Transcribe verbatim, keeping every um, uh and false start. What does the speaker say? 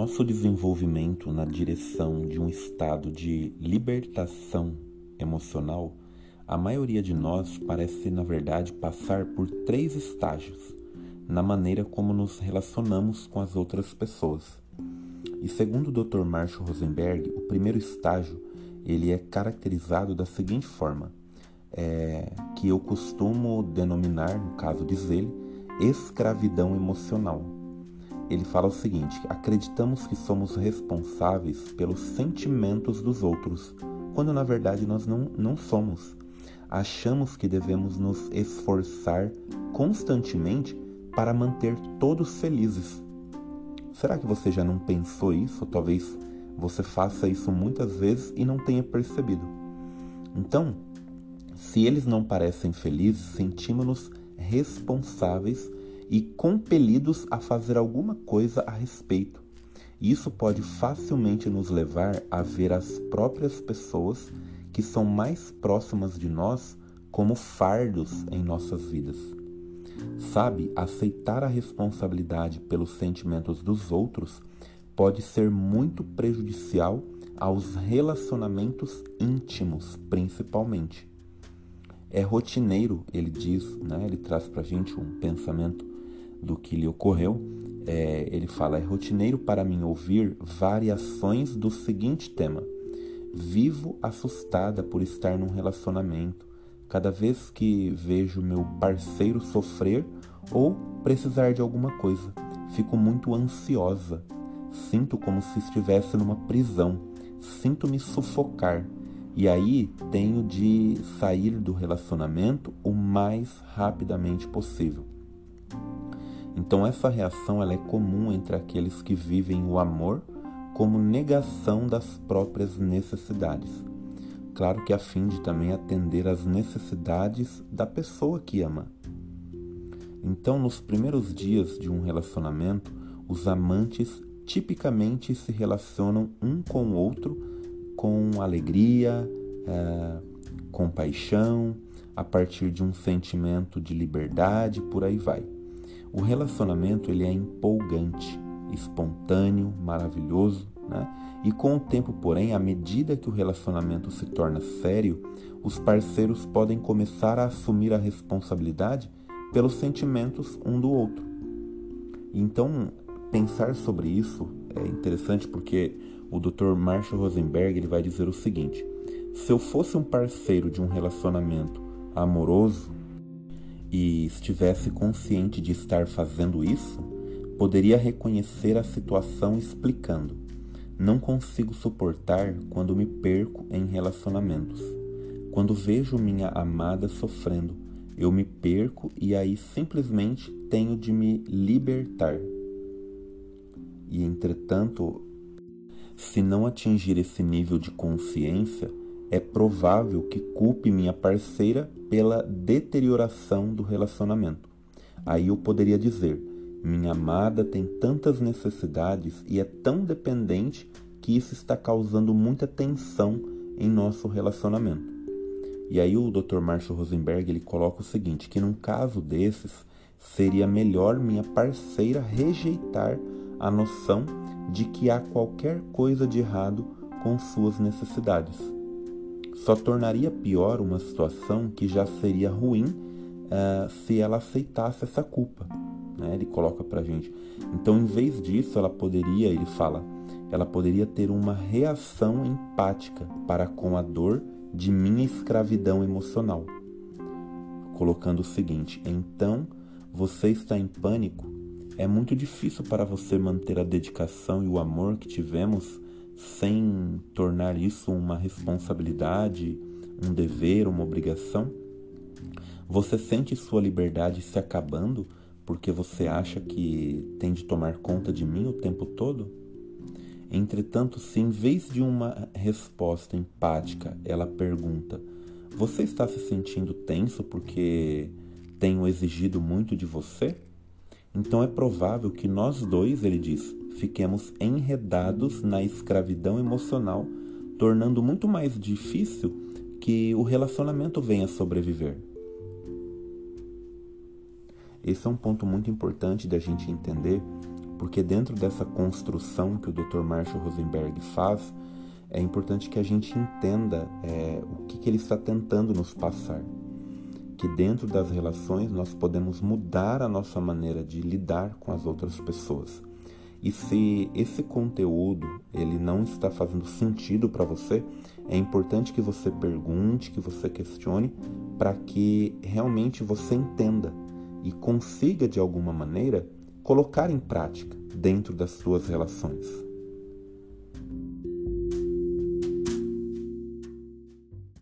nosso desenvolvimento na direção de um estado de libertação emocional, a maioria de nós parece, na verdade, passar por três estágios na maneira como nos relacionamos com as outras pessoas. E segundo o doutor Marshall Rosenberg, o primeiro estágio ele é caracterizado da seguinte forma, é, que eu costumo denominar, no caso diz ele, escravidão emocional. Ele fala o seguinte: acreditamos que somos responsáveis pelos sentimentos dos outros, quando na verdade nós não, não somos. Achamos que devemos nos esforçar constantemente para manter todos felizes. Será que você já não pensou isso? Talvez você faça isso muitas vezes e não tenha percebido. Então, se eles não parecem felizes, sentimos-nos responsáveis e compelidos a fazer alguma coisa a respeito. Isso pode facilmente nos levar a ver as próprias pessoas que são mais próximas de nós como fardos em nossas vidas. Sabe, aceitar a responsabilidade pelos sentimentos dos outros pode ser muito prejudicial aos relacionamentos íntimos, principalmente. É rotineiro, ele diz, né? Ele traz pra gente um pensamento do que lhe ocorreu. É, ele fala, é rotineiro para mim ouvir variações do seguinte tema: vivo assustada por estar num relacionamento. Cada vez que vejo meu parceiro sofrer ou precisar de alguma coisa, fico muito ansiosa. Sinto como se estivesse numa prisão. Sinto-me sufocar. E aí tenho de sair do relacionamento o mais rapidamente possível. Então essa reação ela é comum entre aqueles que vivem o amor como negação das próprias necessidades. Claro que a fim de também atender às necessidades da pessoa que ama. Então, nos primeiros dias de um relacionamento, os amantes tipicamente se relacionam um com o outro com alegria, é, compaixão, a partir de um sentimento de liberdade, por aí vai. O relacionamento ele é empolgante, espontâneo, maravilhoso, né? E com o tempo, porém, à medida que o relacionamento se torna sério, os parceiros podem começar a assumir a responsabilidade pelos sentimentos um do outro. Então, pensar sobre isso é interessante porque o doutor Marshall Rosenberg ele vai dizer o seguinte: se eu fosse um parceiro de um relacionamento amoroso e estivesse consciente de estar fazendo isso, poderia reconhecer a situação explicando: não consigo suportar quando me perco em relacionamentos. Quando vejo minha amada sofrendo, eu me perco e aí simplesmente tenho de me libertar. E entretanto, se não atingir esse nível de consciência, é provável que culpe minha parceira pela deterioração do relacionamento. Aí eu poderia dizer: minha amada tem tantas necessidades e é tão dependente que isso está causando muita tensão em nosso relacionamento. E aí o doutor Marshall Rosenberg ele coloca o seguinte, que num caso desses, seria melhor minha parceira rejeitar a noção de que há qualquer coisa de errado com suas necessidades. Só tornaria pior uma situação que já seria ruim uh, se ela aceitasse essa culpa. Né? Ele coloca pra gente. Então, em vez disso, ela poderia, ele fala, ela poderia ter uma reação empática para com a dor de minha escravidão emocional. Colocando o seguinte: então, você está em pânico? É muito difícil para você manter a dedicação e o amor que tivemos sem tornar isso uma responsabilidade, um dever, uma obrigação? Você sente sua liberdade se acabando porque você acha que tem de tomar conta de mim o tempo todo? Entretanto, se em vez de uma resposta empática, ela pergunta: você está se sentindo tenso porque tenho exigido muito de você? Então é provável que nós dois, ele diz, fiquemos enredados na escravidão emocional, tornando muito mais difícil que o relacionamento venha a sobreviver. Esse é um ponto muito importante da gente entender, porque dentro dessa construção que o doutor Marshall Rosenberg faz, é importante que a gente entenda é, o que, que ele está tentando nos passar. Que dentro das relações nós podemos mudar a nossa maneira de lidar com as outras pessoas. E se esse conteúdo ele não está fazendo sentido para você, é importante que você pergunte, que você questione, para que realmente você entenda e consiga, de alguma maneira, colocar em prática dentro das suas relações.